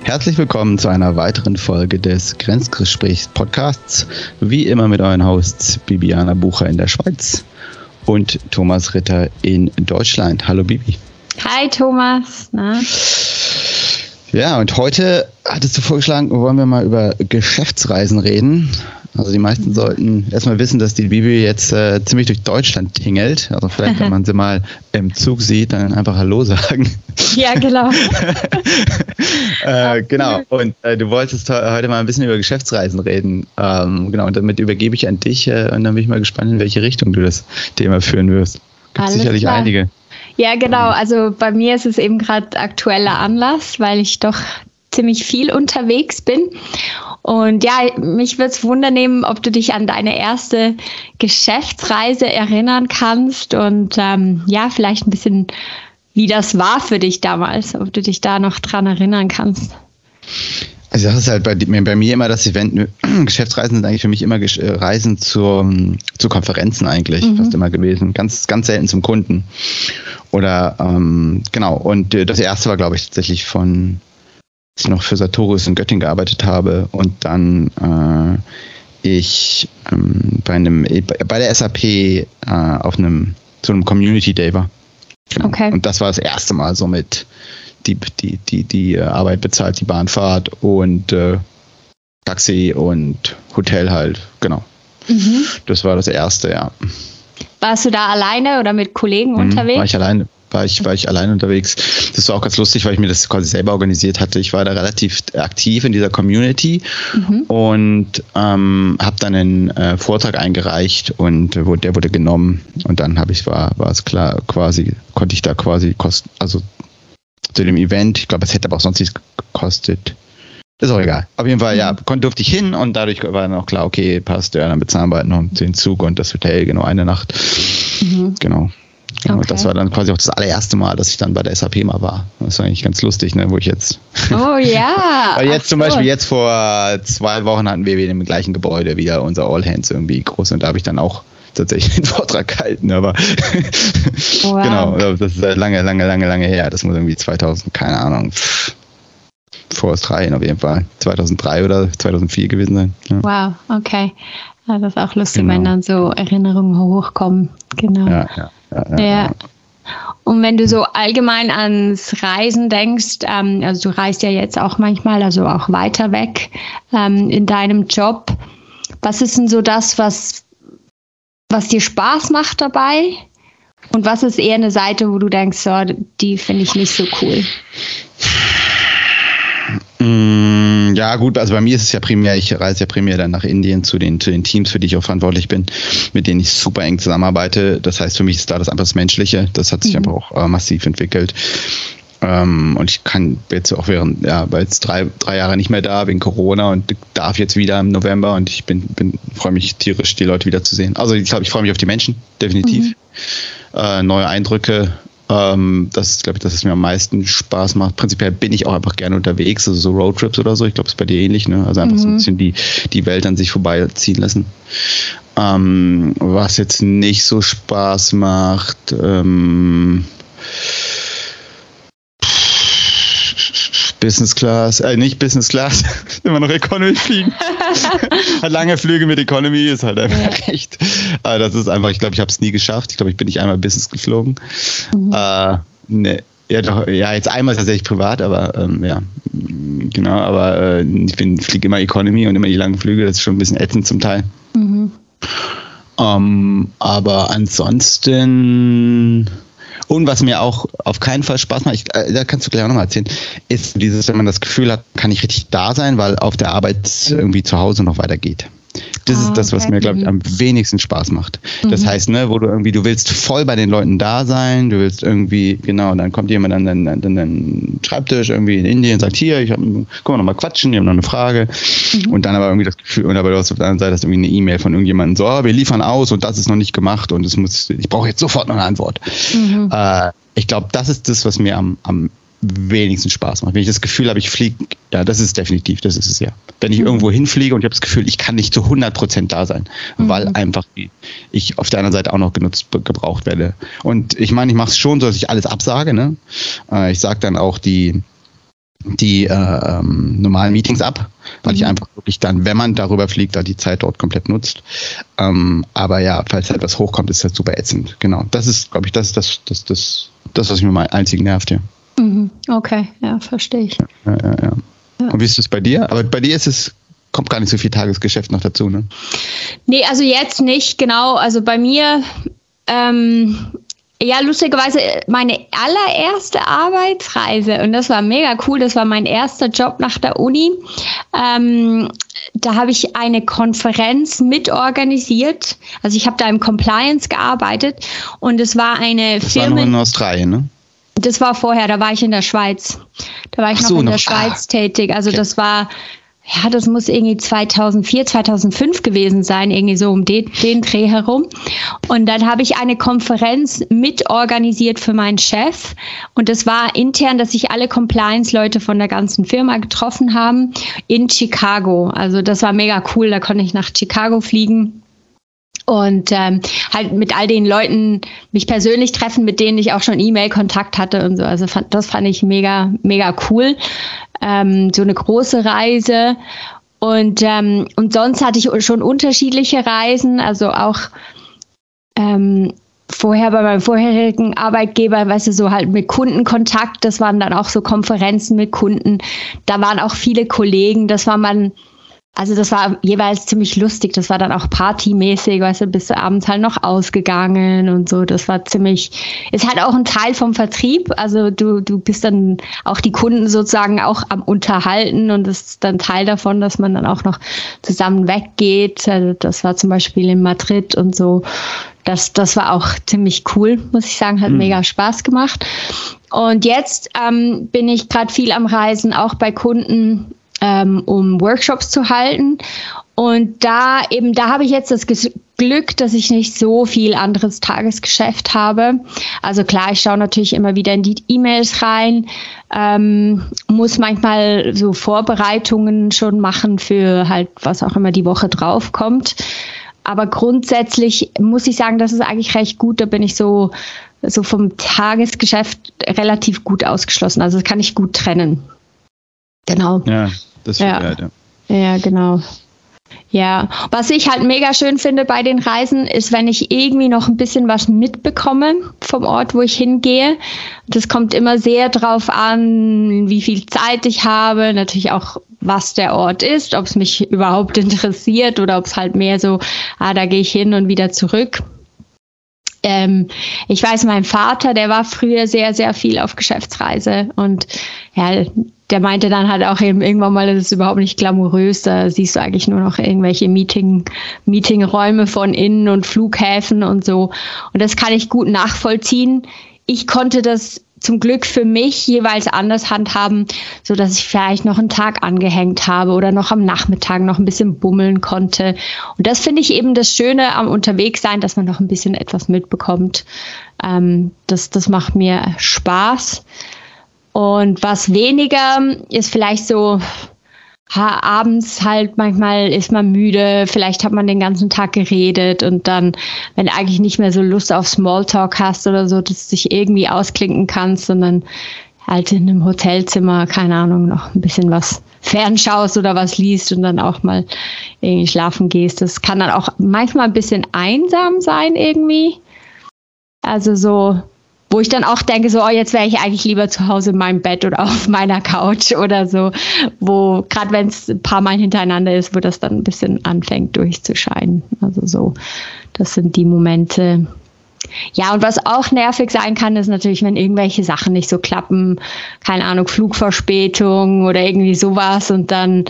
Herzlich willkommen zu einer weiteren Folge des Grenzgesprächs-Podcasts. Wie immer mit euren Hosts Bibiana Bucher in der Schweiz und Thomas Ritter in Deutschland. Hallo Bibi. Hi Thomas. Na? Ja, und heute hattest du vorgeschlagen, wollen wir mal über Geschäftsreisen reden. Also die meisten sollten erstmal wissen, dass die Bibi jetzt ziemlich durch Deutschland tingelt. Also vielleicht, wenn man sie mal im Zug sieht, dann einfach Hallo sagen. Ja, genau. Genau. Und du wolltest heute mal ein bisschen über Geschäftsreisen reden. Genau. Und damit übergebe ich an dich. Und dann bin ich mal gespannt, in welche Richtung du das Thema führen wirst. Gibt sicherlich klar. Einige. Ja, genau. Also bei mir ist es eben gerade aktueller Anlass, weil ich doch ziemlich viel unterwegs bin. Und ja, mich würde es wundernehmen, ob du dich an deine erste Geschäftsreise erinnern kannst und ja, vielleicht ein bisschen, wie das war für dich damals, ob du dich da noch dran erinnern kannst. Also das ist halt bei mir immer das Event, Geschäftsreisen sind eigentlich für mich immer Reisen zu Konferenzen eigentlich, fast immer gewesen. Ganz, ganz selten zum Kunden. Oder genau, und das erste war, glaube ich, tatsächlich als ich noch für Sartorius in Göttingen gearbeitet habe und dann ich bei der SAP zu einem Community Day war. Genau. Okay. Und das war das erste Mal so mit die Arbeit bezahlt, die Bahnfahrt und Taxi und Hotel halt, genau. Mhm. Das war das erste, ja. Warst du da alleine oder mit Kollegen unterwegs? War ich allein unterwegs. Das war auch ganz lustig, weil ich mir das quasi selber organisiert hatte. Ich war da relativ aktiv in dieser Community und habe dann einen Vortrag eingereicht und der wurde genommen und dann war es klar, konnte ich da quasi also zu dem Event, ich glaube, es hätte aber auch sonst nichts gekostet. Ist auch egal. Auf jeden Fall, ja, durfte ich hin und dadurch war dann auch klar, okay, passt, ja, dann bezahlen wir halt noch den Zug und das Hotel, genau, eine Nacht. Genau. Okay. Das war dann quasi auch das allererste Mal, dass ich dann bei der SAP mal war. Das war eigentlich ganz lustig, ne, wo ich jetzt. Oh ja. Weil jetzt zum Beispiel, vor 2 Wochen hatten wir wieder im gleichen Gebäude wieder unser All Hands irgendwie groß und da habe ich dann auch tatsächlich den Vortrag gehalten, aber wow. Genau, das ist lange her. Das muss irgendwie 2000, keine Ahnung, vor Australien auf jeden Fall, 2003 oder 2004 gewesen sein. Ja. Wow, okay. Ja, das ist auch lustig, genau. Wenn dann so Erinnerungen hochkommen. Genau. Ja. Und wenn du so allgemein ans Reisen denkst, also du reist ja jetzt auch manchmal, also auch weiter weg in deinem Job. Was ist denn so das, was dir Spaß macht dabei? Und was ist eher eine Seite, wo du denkst, so, die finde ich nicht so cool? Ja gut, also bei mir ist es ja primär, ich reise ja primär dann nach Indien zu den Teams, für die ich auch verantwortlich bin, mit denen ich super eng zusammenarbeite. Das heißt, für mich ist da das einfach das Menschliche. Das hat sich einfach auch massiv entwickelt. Und ich kann jetzt auch war jetzt 3 Jahre nicht mehr da wegen Corona und darf jetzt wieder im November und ich freue mich tierisch, die Leute wiederzusehen. Also ich glaube, ich freue mich auf die Menschen, definitiv. Neue Eindrücke. Das ist, glaube ich, dass es mir am meisten Spaß macht. Prinzipiell bin ich auch einfach gerne unterwegs, also so Roadtrips oder so. Ich glaube, es ist bei dir ähnlich, ne? Also einfach so ein bisschen die Welt an sich vorbeiziehen lassen. Was jetzt nicht so Spaß macht, Business Class, nicht Business Class, immer noch Economy fliegen. Lange Flüge mit Economy ist halt einfach recht. Das ist einfach, ich glaube, ich habe es nie geschafft. Ich glaube, ich bin nicht einmal Business geflogen. Ne, ja, doch, ja, jetzt einmal tatsächlich privat, aber ja, genau, aber ich fliege immer Economy und immer die langen Flüge, das ist schon ein bisschen ätzend zum Teil. Aber ansonsten. Und was mir auch auf keinen Fall Spaß macht, da kannst du gleich auch nochmal erzählen, ist dieses, wenn man das Gefühl hat, kann ich richtig da sein, weil auf der Arbeit irgendwie zu Hause noch weitergeht. Das ist das, was mir, glaube ich, am wenigsten Spaß macht. Das heißt, ne, wo du willst voll bei den Leuten da sein, du willst irgendwie, genau, dann kommt jemand an den Schreibtisch irgendwie in Indien und sagt, hier, können wir nochmal quatschen, die haben noch eine Frage. Und dann aber irgendwie das Gefühl, und aber du hast auf der anderen Seite hast irgendwie eine E-Mail von irgendjemandem, so, wir liefern aus und das ist noch nicht gemacht und ich brauche jetzt sofort noch eine Antwort. Ich glaube, das ist das, was mir am wenigsten Spaß macht. Wenn ich das Gefühl habe, ich fliege, ja, das ist definitiv, das ist es ja. Wenn ich irgendwo hinfliege und ich habe das Gefühl, ich kann nicht zu 100% da sein, weil einfach ich auf der anderen Seite auch noch gebraucht werde. Und ich meine, ich mache es schon so, dass ich alles absage, ne? Ich sage dann auch die normalen Meetings ab, weil ich einfach wirklich dann, wenn man darüber fliegt, da die Zeit dort komplett nutzt. Aber ja, falls etwas hochkommt, ist das super ätzend. Genau, das ist, glaube ich, das, was mich mal einzig nervt, ja. Okay, ja, verstehe ich. Ja. Und wie ist es bei dir? Aber bei dir kommt gar nicht so viel Tagesgeschäft noch dazu, ne? Nee, also jetzt nicht, genau. Also bei mir, ja, lustigerweise meine allererste Arbeitsreise, und das war mega cool, das war mein erster Job nach der Uni. Da habe ich eine Konferenz mitorganisiert. Also ich habe da im Compliance gearbeitet und es war eine Firma. Das war noch in Australien, ne? Das war vorher, da war ich in der Schweiz. Da war ich noch in der Schweiz tätig. Also okay. Das war, ja, das muss irgendwie 2004, 2005 gewesen sein, irgendwie so um den Dreh herum. Und dann habe ich eine Konferenz mitorganisiert für meinen Chef. Und das war intern, dass sich alle Compliance-Leute von der ganzen Firma getroffen haben in Chicago. Also das war mega cool, da konnte ich nach Chicago fliegen. Und halt mit all den Leuten mich persönlich treffen, mit denen ich auch schon E-Mail-Kontakt hatte und so. Also das fand ich mega, mega cool. So eine große Reise. Und sonst hatte ich schon unterschiedliche Reisen. Also auch vorher bei meinem vorherigen Arbeitgeber, weißt du, so halt mit Kundenkontakt. Das waren dann auch so Konferenzen mit Kunden. Da waren auch viele Kollegen. Das war jeweils ziemlich lustig. Das war dann auch partymäßig, weißt du, bist du abends halt noch ausgegangen und so. Das war ist halt auch ein Teil vom Vertrieb. Also du bist dann auch die Kunden sozusagen auch am Unterhalten und das ist dann Teil davon, dass man dann auch noch zusammen weggeht. Also das war zum Beispiel in Madrid und so. Das war auch ziemlich cool, muss ich sagen, hat mega Spaß gemacht. Und jetzt bin ich gerade viel am Reisen, auch bei Kunden, um Workshops zu halten. Und da habe ich jetzt das Glück, dass ich nicht so viel anderes Tagesgeschäft habe. Also klar, ich schaue natürlich immer wieder in die E-Mails rein, muss manchmal so Vorbereitungen schon machen für halt, was auch immer die Woche drauf kommt. Aber grundsätzlich muss ich sagen, das ist eigentlich recht gut. Da bin ich so vom Tagesgeschäft relativ gut ausgeschlossen. Also das kann ich gut trennen. Genau. Ja. Das ist ja. Ja, genau. Ja, was ich halt mega schön finde bei den Reisen, ist, wenn ich irgendwie noch ein bisschen was mitbekomme vom Ort, wo ich hingehe. Das kommt immer sehr drauf an, wie viel Zeit ich habe, natürlich auch, was der Ort ist, ob es mich überhaupt interessiert oder ob es halt mehr so, da gehe ich hin und wieder zurück. Ich weiß, mein Vater, der war früher sehr, sehr viel auf Geschäftsreise und ja, der meinte dann halt auch eben irgendwann mal, das ist überhaupt nicht glamourös, da siehst du eigentlich nur noch irgendwelche Meetingräume von innen und Flughäfen und so. Und das kann ich gut nachvollziehen. Ich konnte das zum Glück für mich jeweils anders handhaben, so dass ich vielleicht noch einen Tag angehängt habe oder noch am Nachmittag noch ein bisschen bummeln konnte. Und das finde ich eben das Schöne am Unterwegssein, dass man noch ein bisschen etwas mitbekommt. Das macht mir Spaß. Und was weniger ist vielleicht so, abends halt manchmal ist man müde, vielleicht hat man den ganzen Tag geredet und dann, wenn du eigentlich nicht mehr so Lust auf Smalltalk hast oder so, dass du dich irgendwie ausklinken kannst, sondern halt in einem Hotelzimmer, keine Ahnung, noch ein bisschen was fernschaust oder was liest und dann auch mal irgendwie schlafen gehst. Das kann dann auch manchmal ein bisschen einsam sein irgendwie. Also so, wo ich dann auch denke, so, jetzt wäre ich eigentlich lieber zu Hause in meinem Bett oder auf meiner Couch oder so, wo, gerade wenn es ein paar Mal hintereinander ist, wo das dann ein bisschen anfängt durchzuscheinen. Also so, das sind die Momente. Ja, und was auch nervig sein kann, ist natürlich, wenn irgendwelche Sachen nicht so klappen, keine Ahnung, Flugverspätung oder irgendwie sowas und dann,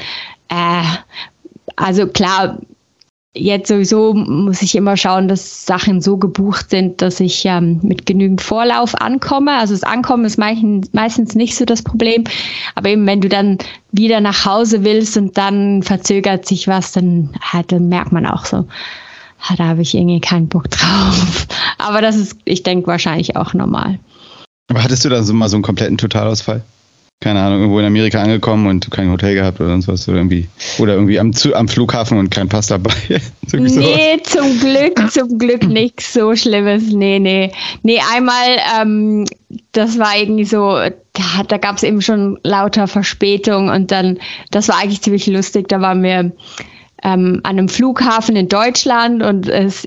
also klar, jetzt sowieso muss ich immer schauen, dass Sachen so gebucht sind, dass ich mit genügend Vorlauf ankomme. Also das Ankommen ist meistens nicht so das Problem. Aber eben, wenn du dann wieder nach Hause willst und dann verzögert sich was, dann merkt man auch so, da habe ich irgendwie keinen Bock drauf. Aber das ist, ich denke, wahrscheinlich auch normal. Aber hattest du da so mal so einen kompletten Totalausfall? Keine Ahnung, irgendwo in Amerika angekommen und kein Hotel gehabt oder sonst was oder irgendwie am Flughafen und kein Pass dabei. Nee, zum Glück nichts so Schlimmes. Nee, einmal, das war irgendwie so da gab es eben schon lauter Verspätung und dann, das war eigentlich ziemlich lustig, da waren wir an einem Flughafen in Deutschland und es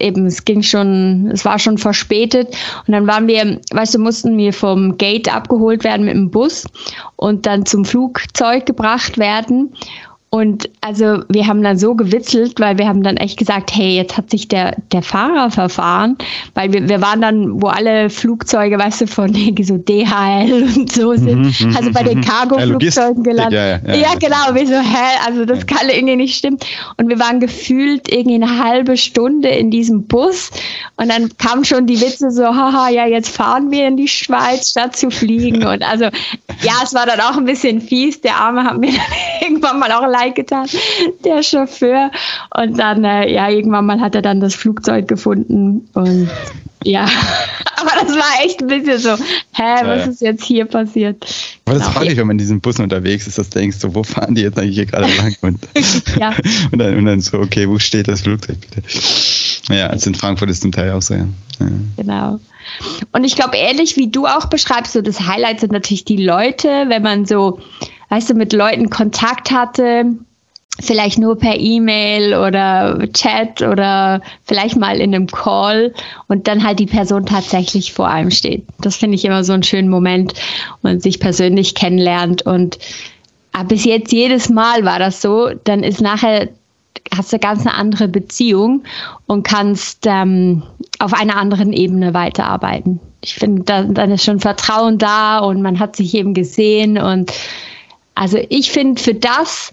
war schon verspätet und dann waren wir, mussten wir vom Gate abgeholt werden mit dem Bus und dann zum Flugzeug gebracht werden. Und also wir haben dann so gewitzelt, weil wir haben dann echt gesagt, hey, jetzt hat sich der Fahrer verfahren, weil wir waren dann, wo alle Flugzeuge, von so DHL und so sind, also bei den Cargo-Flugzeugen gelandet. Ja, genau, wir so, also das kann irgendwie nicht stimmen. Und wir waren gefühlt irgendwie eine halbe Stunde in diesem Bus und dann kamen schon die Witze so, haha, ja, jetzt fahren wir in die Schweiz, statt zu fliegen. Und also, ja, es war dann auch ein bisschen fies, der Arme hat mir dann irgendwann mal auch leid getan, der Chauffeur. Und dann, irgendwann mal hat er dann das Flugzeug gefunden. Und ja, aber das war echt ein bisschen so, was ist jetzt hier passiert? Aber das frage ich, wenn man in diesen Bussen unterwegs ist, dass du denkst, so, wo fahren die jetzt eigentlich hier gerade lang? Und, und dann so, okay, wo steht das Flugzeug bitte? Ja, also in Frankfurt ist zum Teil auch so, ja. Genau. Und ich glaube, ähnlich wie du auch beschreibst, so das Highlight sind natürlich die Leute, wenn man so, mit Leuten Kontakt hatte, vielleicht nur per E-Mail oder Chat oder vielleicht mal in einem Call und dann halt die Person tatsächlich vor einem steht. Das finde ich immer so einen schönen Moment, wo man sich persönlich kennenlernt und bis jetzt jedes Mal war das so, dann ist nachher hast du ganz eine andere Beziehung und kannst auf einer anderen Ebene weiterarbeiten. Ich finde, dann ist schon Vertrauen da und man hat sich eben gesehen und also ich finde für das,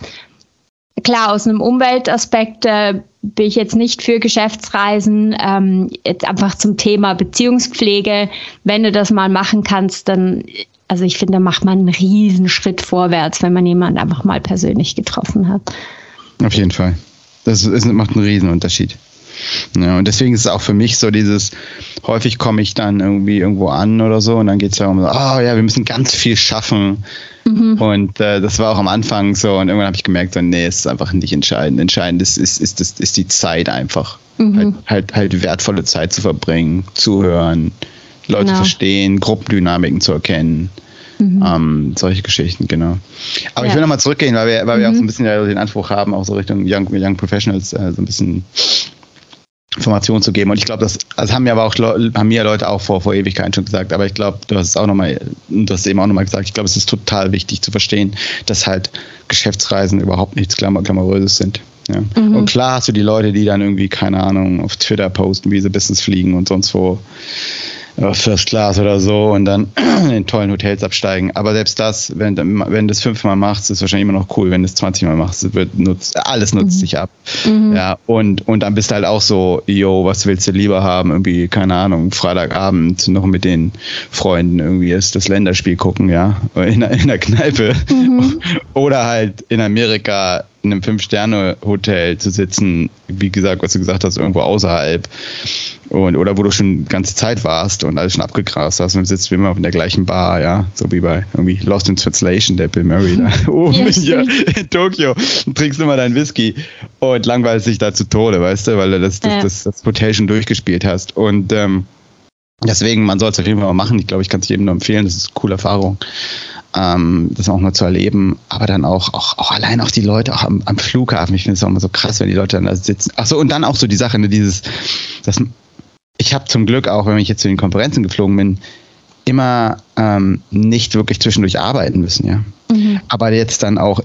klar, aus einem Umweltaspekt bin ich jetzt nicht für Geschäftsreisen, jetzt einfach zum Thema Beziehungspflege. Wenn du das mal machen kannst, dann, also ich finde, da macht man einen riesen Schritt vorwärts, wenn man jemanden einfach mal persönlich getroffen hat. Auf jeden Fall. Das macht einen riesen Unterschied. Ja, und deswegen ist es auch für mich so dieses, häufig komme ich dann irgendwie irgendwo an oder so und dann geht es darum, wir müssen ganz viel schaffen. Und das war auch am Anfang so und irgendwann habe ich gemerkt, so, nee, es ist einfach nicht entscheidend. Entscheidend ist die Zeit einfach. Halt wertvolle Zeit zu verbringen, zuhören, Leute verstehen, Gruppendynamiken zu erkennen. Solche Geschichten, genau. Aber ich will nochmal zurückgehen, weil wir auch so ein bisschen den Anspruch haben, auch so Richtung Young Professionals so ein bisschen Informationen zu geben. Und ich glaube, das haben mir Leute auch vor Ewigkeiten schon gesagt, aber ich glaube, du hast eben auch nochmal gesagt, ich glaube, es ist total wichtig zu verstehen, dass halt Geschäftsreisen überhaupt nichts Glamouröses sind. Ja. Und klar hast du die Leute, die dann irgendwie, keine Ahnung, auf Twitter posten, wie sie Business fliegen und sonst wo First Class oder so und dann in tollen Hotels absteigen. Aber selbst das, wenn du das 5-mal machst, ist wahrscheinlich immer noch cool. Wenn du es 20-mal machst, alles nutzt sich ab. Ja, und dann bist du halt auch so, was willst du lieber haben? Irgendwie, keine Ahnung, Freitagabend noch mit den Freunden irgendwie das Länderspiel gucken, ja, in der Kneipe. Oder halt in Amerika in einem 5-Sterne-Hotel zu sitzen, wie gesagt, was du gesagt hast, irgendwo außerhalb oder wo du schon die ganze Zeit warst und alles schon abgegrast hast und sitzt wie immer in der gleichen Bar, ja, so wie bei irgendwie Lost in Translation, der Bill Murray da oben in Tokio und trinkst immer deinen Whisky und langweilst dich da zu Tode, weißt du, weil du das Hotel schon durchgespielt hast und deswegen, man soll es auf jeden Fall mal machen, ich glaube, ich kann es jedem nur empfehlen, das ist eine coole Erfahrung. Das auch mal zu erleben, aber dann auch allein auch die Leute auch am Flughafen. Ich finde es auch immer so krass, wenn die Leute dann da sitzen. Achso, und dann auch so die Sache, ich habe zum Glück auch, wenn ich jetzt zu den Konferenzen geflogen bin, immer nicht wirklich zwischendurch arbeiten müssen, ja. Aber jetzt dann auch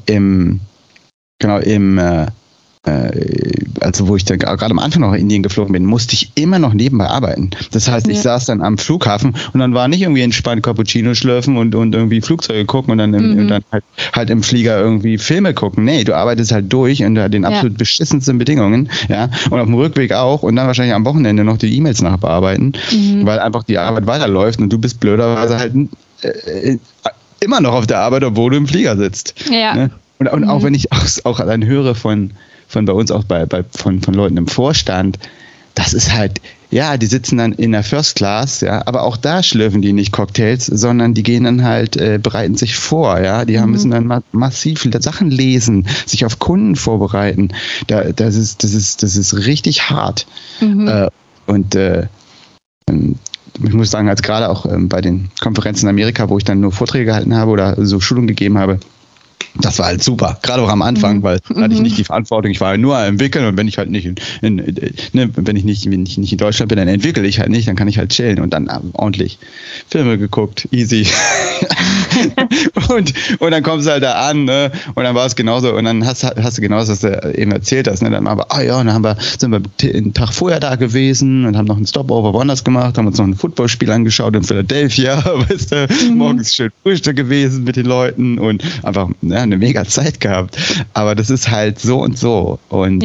also wo ich dann gerade am Anfang noch in Indien geflogen bin, musste ich immer noch nebenbei arbeiten. Das heißt, ich saß dann am Flughafen und dann war nicht irgendwie entspannt Cappuccino schlürfen und irgendwie Flugzeuge gucken und dann halt im Flieger irgendwie Filme gucken. Nee, du arbeitest halt durch unter den absolut beschissensten Bedingungen, ja, und auf dem Rückweg auch und dann wahrscheinlich am Wochenende noch die E-Mails nachbearbeiten, weil einfach die Arbeit weiterläuft und du bist blöderweise halt immer noch auf der Arbeit, obwohl du im Flieger sitzt. Ja. Ne? Und auch wenn ich auch dann höre von bei uns auch von Leuten im Vorstand, das ist halt, ja, die sitzen dann in der First Class, ja, aber auch da schlürfen die nicht Cocktails, sondern die gehen dann halt, bereiten sich vor, ja, die müssen dann massiv Sachen lesen, sich auf Kunden vorbereiten. Das ist richtig hart. Und ich muss sagen, als gerade auch bei den Konferenzen in Amerika, wo ich dann nur Vorträge gehalten habe oder so Schulungen gegeben habe, das war halt super, gerade auch am Anfang, weil da hatte ich nicht die Verantwortung, ich war halt nur am Entwickeln und wenn ich halt nicht wenn ich nicht in Deutschland bin, dann entwickle ich halt nicht, dann kann ich halt chillen und dann ordentlich Filme geguckt, easy. und dann kommst du halt da an, ne? Und dann war es genauso und dann hast du genauso, was du eben erzählt hast, ne? Dann sind wir einen Tag vorher da gewesen und haben noch einen Stopover woanders gemacht, haben uns noch ein Footballspiel angeschaut in Philadelphia, weißt du, morgens schön Frühstück gewesen mit den Leuten und einfach eine mega Zeit gehabt. Aber das ist halt so und so. Und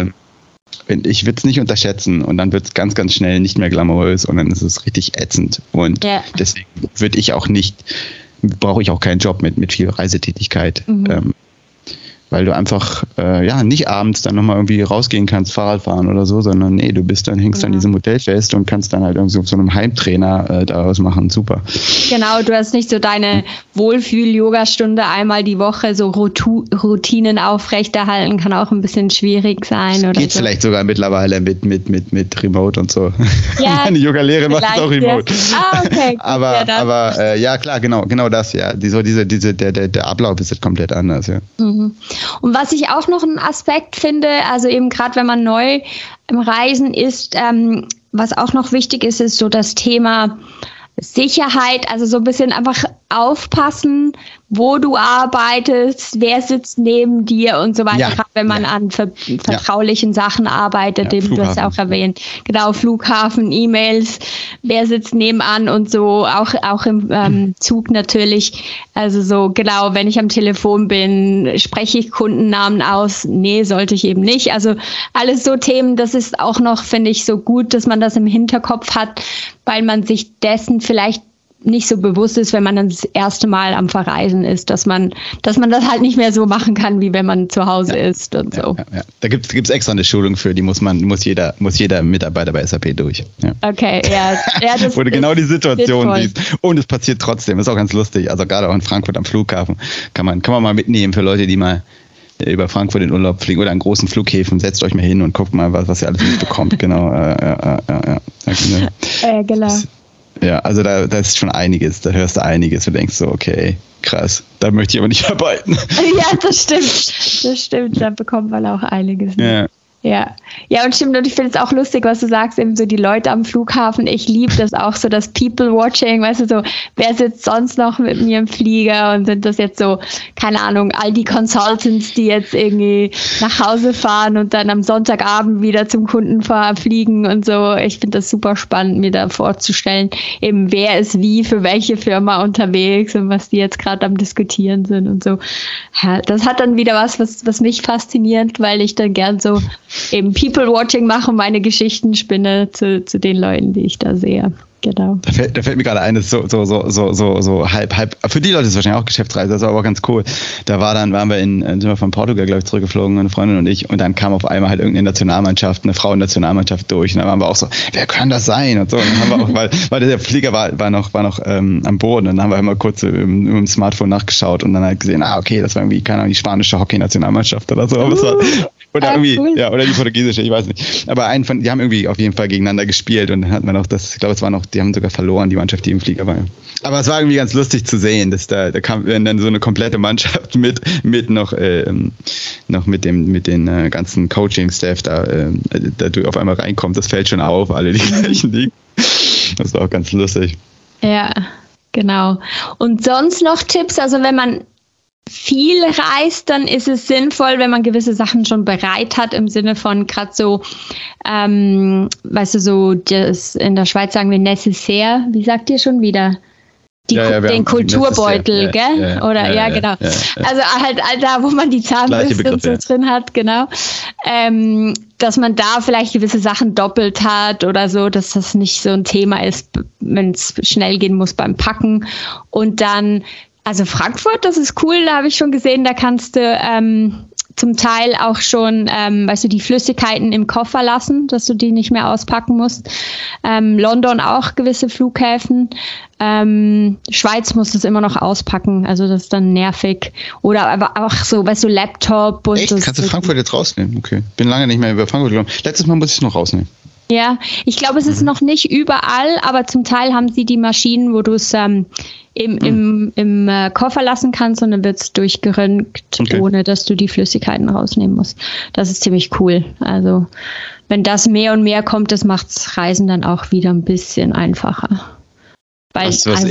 ich würde es nicht unterschätzen. Und dann wird es ganz, ganz schnell nicht mehr glamourös und dann ist es richtig ätzend. Und deswegen brauche ich auch keinen Job mit viel Reisetätigkeit. Weil du einfach nicht abends dann nochmal irgendwie rausgehen kannst, Fahrrad fahren oder so, sondern nee, hängst dann in diesem Hotel fest und kannst dann halt irgendwie auf so einem Heimtrainer daraus machen. Super. Genau, du hast nicht so deine Wohlfühl-Yoga-Stunde einmal die Woche, so Routinen aufrechterhalten, kann auch ein bisschen schwierig sein. Oder geht so. Vielleicht sogar mittlerweile mit Remote und so. Ja, meine Yoga-Lehre macht es auch Remote. Okay. Aber klar, genau das, ja. Der Ablauf ist halt komplett anders, ja. Und was ich auch noch einen Aspekt finde, also eben gerade wenn man neu im Reisen ist, was auch noch wichtig ist, ist so das Thema Sicherheit, also so ein bisschen einfach aufpassen, wo du arbeitest, wer sitzt neben dir und so weiter, gerade wenn man an vertraulichen Sachen arbeitet, du hast ja auch erwähnt, genau, Flughafen, E-Mails, wer sitzt nebenan und so, auch im Zug natürlich, also so, genau, wenn ich am Telefon bin, spreche ich Kundennamen aus, nee, sollte ich eben nicht, also alles so Themen, das ist auch noch, finde ich, so gut, dass man das im Hinterkopf hat, weil man sich dessen vielleicht nicht so bewusst ist, wenn man dann das erste Mal am Verreisen ist, dass man das halt nicht mehr so machen kann, wie wenn man zu Hause ist und so. Ja. Da gibt's extra eine Schulung für, die muss jeder Mitarbeiter bei SAP durch. Ja. Okay, ja. Das wo du genau die Situation siehst. Und es passiert trotzdem, ist auch ganz lustig. Also gerade auch in Frankfurt am Flughafen kann man mal mitnehmen für Leute, die mal über Frankfurt in Urlaub fliegen oder an großen Flughäfen, setzt euch mal hin und guckt mal, was ihr alles mitbekommt. Genau. Genau. Ja, also da ist schon einiges, da hörst du einiges und denkst so, okay, krass, da möchte ich aber nicht arbeiten. Ja, das stimmt, da bekommt man auch einiges mit. Ja, und stimmt, und ich finde es auch lustig, was du sagst, eben so die Leute am Flughafen, ich liebe das auch so, das People-Watching, weißt du, so, wer sitzt sonst noch mit mir im Flieger und sind das jetzt so, keine Ahnung, all die Consultants, die jetzt irgendwie nach Hause fahren und dann am Sonntagabend wieder zum Kunden fliegen und so, ich finde das super spannend, mir da vorzustellen, eben wer ist wie für welche Firma unterwegs und was die jetzt gerade am Diskutieren sind und so. Ja, das hat dann wieder was mich fasziniert, weil ich dann gern so eben People-Watching mache und meine Geschichten spinne zu den Leuten, die ich da sehe. Genau. Da fällt mir gerade ein, das ist so halb. Für die Leute ist es wahrscheinlich auch Geschäftsreise, das war aber auch ganz cool. Waren wir sind wir von Portugal, glaube ich, zurückgeflogen, meine Freundin und ich, und dann kam auf einmal halt irgendeine Nationalmannschaft, eine Frauen-Nationalmannschaft durch, und dann waren wir auch so, wer kann das sein? Und so. Und dann haben wir auch, weil der Flieger war noch am Boden, und dann haben wir immer kurz im Smartphone nachgeschaut und dann halt gesehen, okay, das war irgendwie, keine Ahnung, die spanische Hockey-Nationalmannschaft oder so. Oder irgendwie, cool. Ja, oder die portugiesische, ich weiß nicht. Aber die haben irgendwie auf jeden Fall gegeneinander gespielt, und dann hat man auch ich glaube, es war noch, die haben sogar verloren, die Mannschaft, die im Flieger war. Aber es war irgendwie ganz lustig zu sehen, dass da kam dann so eine komplette Mannschaft mit noch mit den ganzen Coaching-Staff da du auf einmal reinkommst, das fällt schon auf, alle die gleichen liegen. Das war auch ganz lustig. Ja, genau. Und sonst noch Tipps, also wenn man viel reist, dann ist es sinnvoll, wenn man gewisse Sachen schon bereit hat, im Sinne von gerade so, weißt du, so das in der Schweiz sagen wir nécessaire, wie sagt ihr schon wieder? Den Kulturbeutel, gell? Genau. Also halt da, wo man die Zahnbürste und so drin hat, genau. Dass man da vielleicht gewisse Sachen doppelt hat oder so, dass das nicht so ein Thema ist, wenn es schnell gehen muss beim Packen. Und dann also Frankfurt, das ist cool, da habe ich schon gesehen, da kannst du zum Teil auch schon, weißt du, die Flüssigkeiten im Koffer lassen, dass du die nicht mehr auspacken musst. London auch gewisse Flughäfen. Schweiz muss das immer noch auspacken, also das ist dann nervig. Oder aber auch so, weißt du, Laptop und echt? so. Kannst du Frankfurt jetzt rausnehmen? Okay. Bin lange nicht mehr über Frankfurt gekommen. Letztes Mal muss ich es noch rausnehmen. Ja, ich glaube, es ist noch nicht überall, aber zum Teil haben sie die Maschinen, wo du es im Koffer lassen kannst und dann wird es durchgeröntgt, ohne dass du die Flüssigkeiten rausnehmen musst. Das ist ziemlich cool. Also wenn das mehr und mehr kommt, das macht das Reisen dann auch wieder ein bisschen einfacher. Weil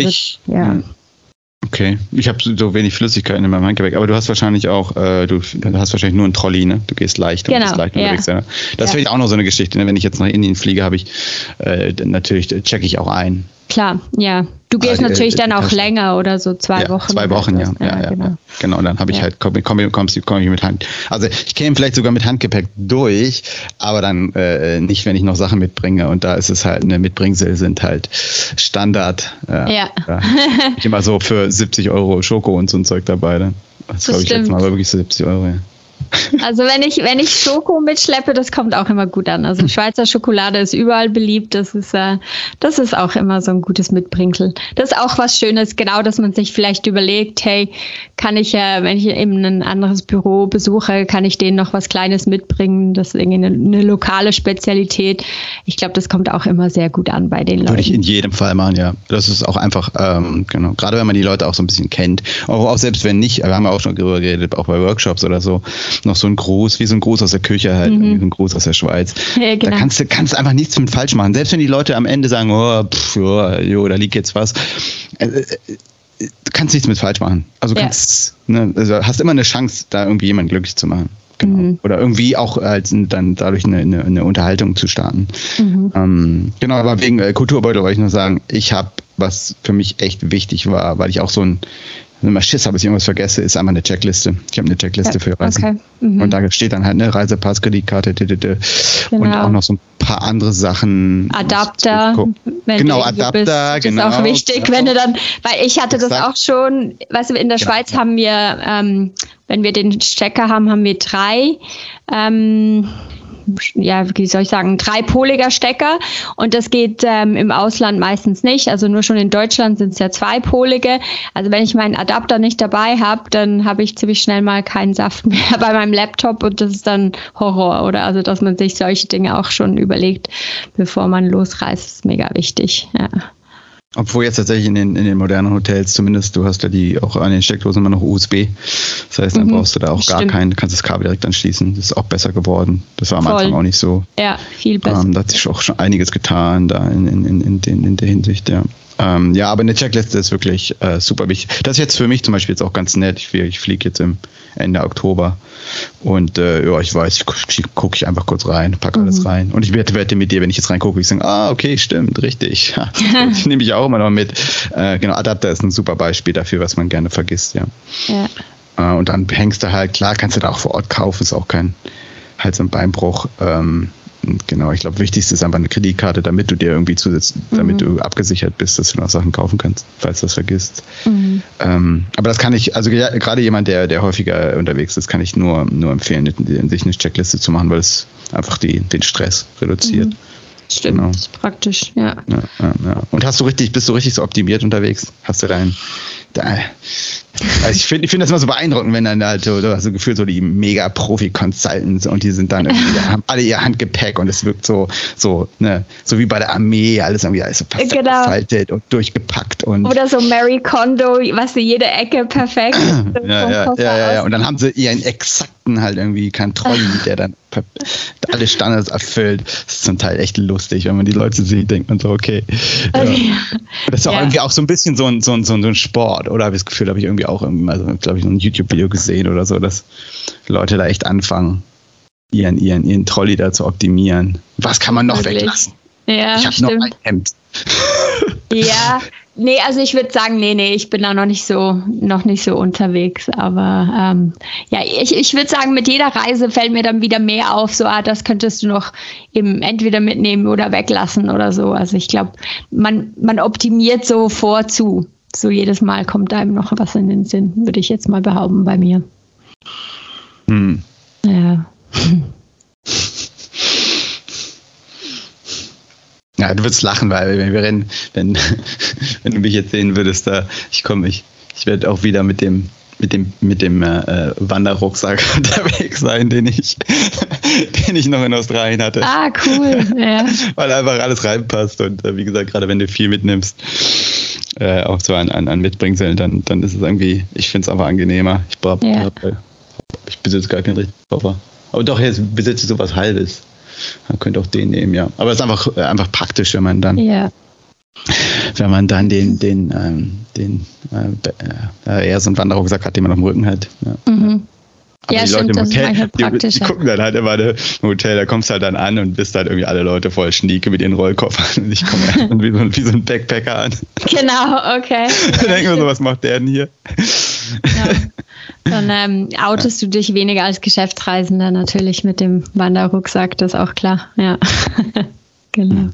Okay, ich habe so wenig Flüssigkeiten in meinem Handgepäck, aber du hast wahrscheinlich auch, du hast wahrscheinlich nur einen Trolley, ne? Du gehst leicht und bist leicht unterwegs. Ja. Das ist vielleicht auch noch so eine Geschichte, ne? Wenn ich jetzt nach Indien fliege, habe ich, natürlich checke ich auch ein. Klar, ja. Du gehst natürlich dann auch länger oder so 2 Wochen. 2 Wochen, ja. Genau, dann habe ich halt, komme ich mit Hand. Also ich käme vielleicht sogar mit Handgepäck durch, aber dann nicht, wenn ich noch Sachen mitbringe. Und da ist es halt, eine Mitbringsel sind halt Standard. Ich immer so für 70 € Schoko und so ein Zeug dabei. Dann. Das glaube ich jetzt mal, aber wirklich so 70 €, ja. Also wenn ich Schoko mitschleppe, das kommt auch immer gut an. Also Schweizer Schokolade ist überall beliebt. Das ist auch immer so ein gutes Mitbringsel. Das ist auch was Schönes, genau, dass man sich vielleicht überlegt, hey, kann ich, wenn ich eben ein anderes Büro besuche, kann ich denen noch was Kleines mitbringen? Das ist irgendwie eine lokale Spezialität. Ich glaube, das kommt auch immer sehr gut an bei den Leuten. Würde ich in jedem Fall machen, ja. Das ist auch einfach, genau, gerade wenn man die Leute auch so ein bisschen kennt. Auch selbst wenn nicht, wir haben ja auch schon darüber geredet, auch bei Workshops oder so, noch so ein Gruß, wie so ein Gruß aus der Küche halt, wie so ein Gruß aus der Schweiz. Ja, genau. Da kannst einfach nichts mit falsch machen. Selbst wenn die Leute am Ende sagen, da liegt jetzt was, du kannst nichts mit falsch machen. Also hast immer eine Chance, da irgendwie jemanden glücklich zu machen. Genau. Oder irgendwie auch dann dadurch eine Unterhaltung zu starten. Genau, aber wegen Kulturbeutel wollte ich nur sagen, was für mich echt wichtig war, weil ich auch so wenn man Schiss habe, dass ich irgendwas vergesse, ist einmal eine Checkliste. Ich habe eine Checkliste für Reisen. Okay. Und da steht dann halt eine Reisepass, Kreditkarte, und auch noch so ein paar andere Sachen. Adapter. Adapter, bist, genau. Das ist auch wichtig, wenn du dann, weil ich hatte das auch schon, weißt du, in der Schweiz haben wir, wenn wir den Stecker haben, haben wir 3, wie soll ich sagen, 3-poliger Stecker und das geht im Ausland meistens nicht, also nur schon in Deutschland sind es ja 2-polige, also wenn ich meinen Adapter nicht dabei habe, dann habe ich ziemlich schnell mal keinen Saft mehr bei meinem Laptop und das ist dann Horror, oder? Also dass man sich solche Dinge auch schon überlegt, bevor man losreist, ist mega wichtig, ja. Obwohl jetzt tatsächlich in den modernen Hotels zumindest, du hast ja auch an den Steckdosen immer noch USB. Das heißt, dann brauchst du da auch gar keinen, kannst das Kabel direkt anschließen. Das ist auch besser geworden. Das war am Anfang auch nicht so. Ja, viel besser. Da hat sich auch schon einiges getan da in der Hinsicht, ja. Aber eine Checkliste ist wirklich super wichtig. Das ist jetzt für mich zum Beispiel jetzt auch ganz nett. Ich fliege jetzt im Ende Oktober und ich weiß, gucke ich einfach kurz rein, packe alles rein und ich wette mit dir, wenn ich jetzt reingucke, ich sage, okay, stimmt, richtig. Das nehme ich auch immer noch mit. Genau, Adapter ist ein super Beispiel dafür, was man gerne vergisst, ja. Und dann hängst du halt, klar, kannst du da auch vor Ort kaufen, ist auch kein Hals- und Beinbruch. Genau, ich glaube, wichtigste ist einfach eine Kreditkarte, damit du dir irgendwie damit du abgesichert bist, dass du noch Sachen kaufen kannst, falls du das vergisst. Aber das kann ich, also gerade jemand, der häufiger unterwegs ist, kann ich nur empfehlen, sich eine Checkliste zu machen, weil es einfach den Stress reduziert. Stimmt, genau. Das ist praktisch, ja. Und bist du richtig so optimiert unterwegs? Hast du also ich finde das immer so beeindruckend, wenn dann halt so gefühlt so die mega Profi-Consultants und die sind dann irgendwie, haben alle ihr Handgepäck und es wirkt so wie bei der Armee, alles irgendwie so perfekt gefaltet und durchgepackt und. Oder so Marie Kondo, was jede Ecke perfekt. Ja. Und dann haben sie ihren exakten halt irgendwie keinen Trolley, der dann alle Standards erfüllt. Das ist zum Teil echt lustig, wenn man die Leute sieht, denkt man so, okay. Ja. Das ist auch irgendwie auch so ein bisschen so ein Sport, oder habe ich das Gefühl, habe ich irgendwie auch mal so, glaube ich, ein YouTube-Video gesehen oder so, dass Leute da echt anfangen, ihren Trolley da zu optimieren. Was kann man noch weglassen? Ja, ich habe noch ein Hemd. Ja, nee, also ich würde sagen, ich bin da noch nicht so unterwegs, aber ich würde sagen, mit jeder Reise fällt mir dann wieder mehr auf, so, das könntest du noch eben entweder mitnehmen oder weglassen oder so. Also ich glaube, man optimiert so vorzu. So jedes Mal kommt einem noch was in den Sinn, würde ich jetzt mal behaupten bei mir. Ja. Ja, du würdest lachen, weil wenn du mich jetzt sehen würdest, ich werde auch wieder mit dem mit dem Wanderrucksack unterwegs sein, den ich noch in Australien hatte. Ah, cool. Ja. Weil einfach alles reinpasst und wie gesagt, gerade wenn du viel mitnimmst, auch so an Mitbringseln, dann ist es irgendwie, ich finde es einfach angenehmer. Ich besitze gar keinen richtigen Koffer. Aber doch, jetzt besitze ich sowas Halbes. Man könnte auch den nehmen, ja. Aber es ist einfach praktisch, wenn man dann eher so einen Wanderrucksack hat, den man auf dem Rücken hat. Ja. Mhm. Aber ja, die stimmt, Leute im Hotel, die gucken dann halt immer im Hotel, da kommst du halt dann an und bist halt irgendwie alle Leute voll Schnieke mit ihren Rollkoffern und ich komme wie so ein Backpacker an. Genau, okay. Dann denken wir so, was macht der denn hier? Ja. Dann outest du dich weniger als Geschäftsreisender natürlich mit dem Wanderrucksack, das ist auch klar. Ja, genau.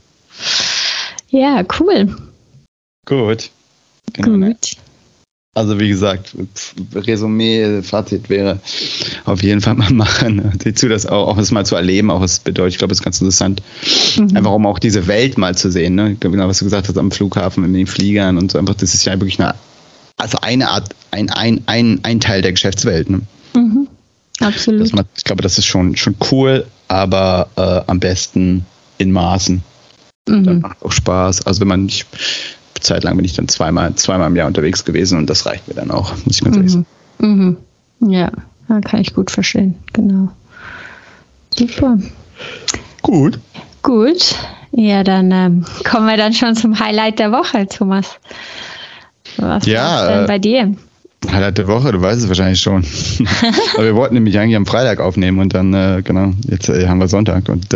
Ja, cool. Gut. Genau. Gut. Also wie gesagt, Resümee, Fazit wäre auf jeden Fall mal machen. Sieh zu, das auch das mal zu erleben, auch was bedeutet. Ich glaube, das ist ganz interessant. Einfach um auch diese Welt mal zu sehen. Ne? Genau, was du gesagt hast am Flughafen, in den Fliegern und so. Einfach, das ist ja wirklich eine Art, ein Teil der Geschäftswelt. Ne? Mhm. Absolut. Ich glaube, das ist schon cool, aber am besten in Maßen. Dann macht auch Spaß. Also wenn man nicht Zeit lang bin ich dann zweimal im Jahr unterwegs gewesen und das reicht mir dann auch, muss ich ganz ehrlich sagen. Mhm. Ja, kann ich gut verstehen, genau. Super. Gut. Ja, dann kommen wir dann schon zum Highlight der Woche, Thomas. Was ist denn bei dir? Highlight der Woche, du weißt es wahrscheinlich schon. Aber wir wollten nämlich eigentlich am Freitag aufnehmen und dann, genau, jetzt haben wir Sonntag und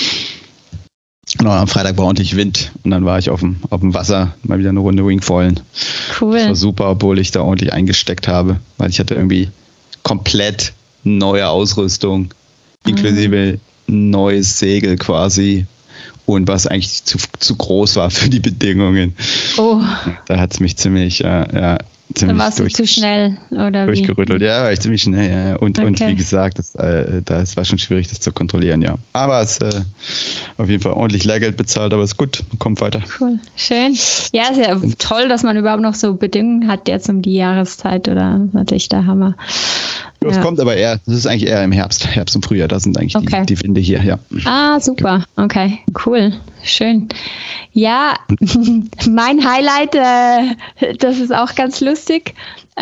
genau, am Freitag war ordentlich Wind und dann war ich auf dem Wasser, mal wieder eine Runde Wingfoilen. Cool. Das war super, obwohl ich da ordentlich eingesteckt habe, weil ich hatte irgendwie komplett neue Ausrüstung, inklusive neues Segel quasi und was eigentlich zu groß war für die Bedingungen. Oh. Da hat es mich ziemlich dann warst du zu schnell, oder wie? Durchgerüttelt, ja, war ich ziemlich schnell, ja. Und wie gesagt, das war schon schwierig, das zu kontrollieren, ja. Aber es auf jeden Fall ordentlich Lehrgeld bezahlt, aber ist gut, kommt weiter. Cool, schön. Ja, ist ja toll, dass man überhaupt noch so Bedingungen hat jetzt um die Jahreszeit, oder? Das ist natürlich der Hammer. Das kommt aber das ist eigentlich eher im Herbst und Frühjahr, da sind eigentlich die Winde hier, ja. Ah, super, okay, cool, schön. Ja, mein Highlight, das ist auch ganz lustig.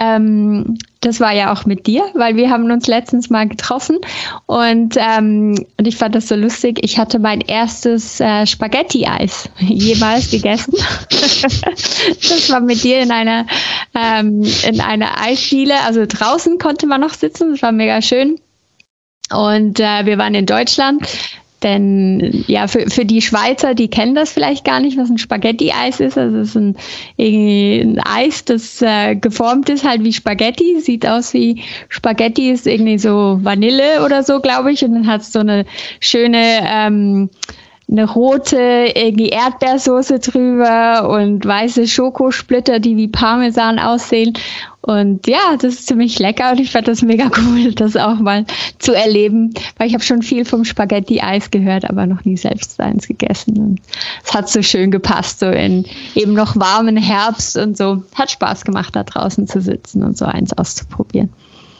Das war ja auch mit dir, weil wir haben uns letztens mal getroffen und ich fand das so lustig. Ich hatte mein erstes Spaghetti-Eis jemals gegessen. Das war mit dir in einer Eisdiele. Also draußen konnte man noch sitzen, das war mega schön. Und wir waren in Deutschland. Denn ja, für die Schweizer, die kennen das vielleicht gar nicht, was ein Spaghetti-Eis ist. Also es ist ein Eis, das geformt ist halt wie Spaghetti. Sieht aus wie Spaghetti, ist irgendwie so Vanille oder so, glaube ich. Und dann hat es so eine schöne eine rote irgendwie Erdbeersoße drüber und weiße Schokosplitter, die wie Parmesan aussehen. Und ja, das ist ziemlich lecker und ich fand das mega cool, das auch mal zu erleben, weil ich habe schon viel vom Spaghetti-Eis gehört, aber noch nie selbst eins gegessen. Und es hat so schön gepasst, so in eben noch warmen Herbst und so. Hat Spaß gemacht, da draußen zu sitzen und so eins auszuprobieren.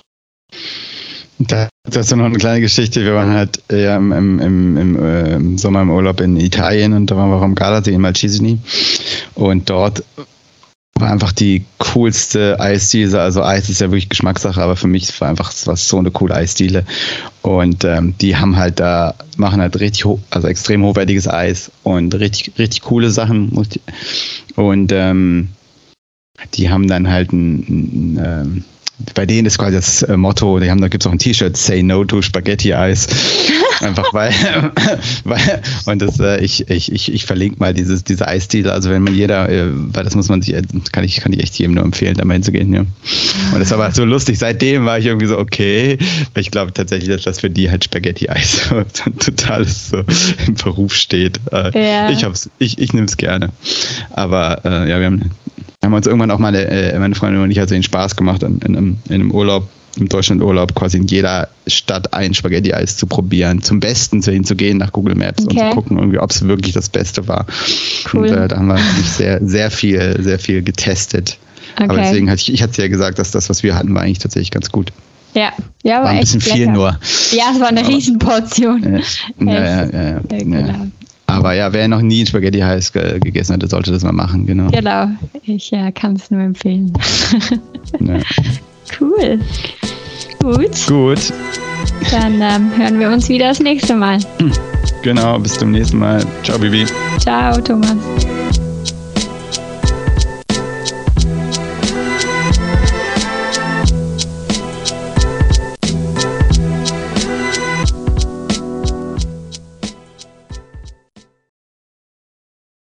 Das ist noch eine kleine Geschichte. Wir waren halt im Sommer im Urlaub in Italien und da waren wir auch am Gardasee in Malcesini und dort war einfach die coolste Eisdiele. Also Eis ist ja wirklich Geschmackssache, aber für mich war so eine coole Eisdiele und die haben halt machen halt also extrem hochwertiges Eis und richtig coole Sachen und die haben dann halt bei denen ist quasi das Motto, da gibt es auch ein T-Shirt, Say No to Spaghetti Eis. Einfach weil und das, ich verlinke mal diese Eisdiele, also wenn man weil das muss man sich, kann ich echt jedem nur empfehlen, da mal hinzugehen, ja. Und das war aber so lustig, seitdem war ich irgendwie so, okay, ich glaube tatsächlich, dass das für die halt Spaghetti Eis total so im Beruf steht. Ja. Ich nehme es gerne. Aber ja, wir haben uns irgendwann auch mal, meine Freundin und ich, also den Spaß gemacht, in einem Urlaub, im Deutschlandurlaub, quasi in jeder Stadt ein Spaghetti-Eis zu probieren, zum Besten hinzugehen nach Google Maps und zu gucken, irgendwie, ob es wirklich das Beste war. Cool. Und da haben wir sehr, sehr viel getestet. Okay. Aber deswegen hatte ich hatte ja gesagt, dass das, was wir hatten, war eigentlich tatsächlich ganz gut. Ja, war ein bisschen viel lecker. Nur. Ja, es war eine Riesenportion. Ja. Aber ja, wer noch nie Spaghetti heiß gegessen hatte, sollte das mal machen, genau. Genau, ich kann es nur empfehlen. Ja. Cool. Gut. Dann hören wir uns wieder das nächste Mal. Genau, bis zum nächsten Mal. Ciao, Bibi. Ciao, Thomas.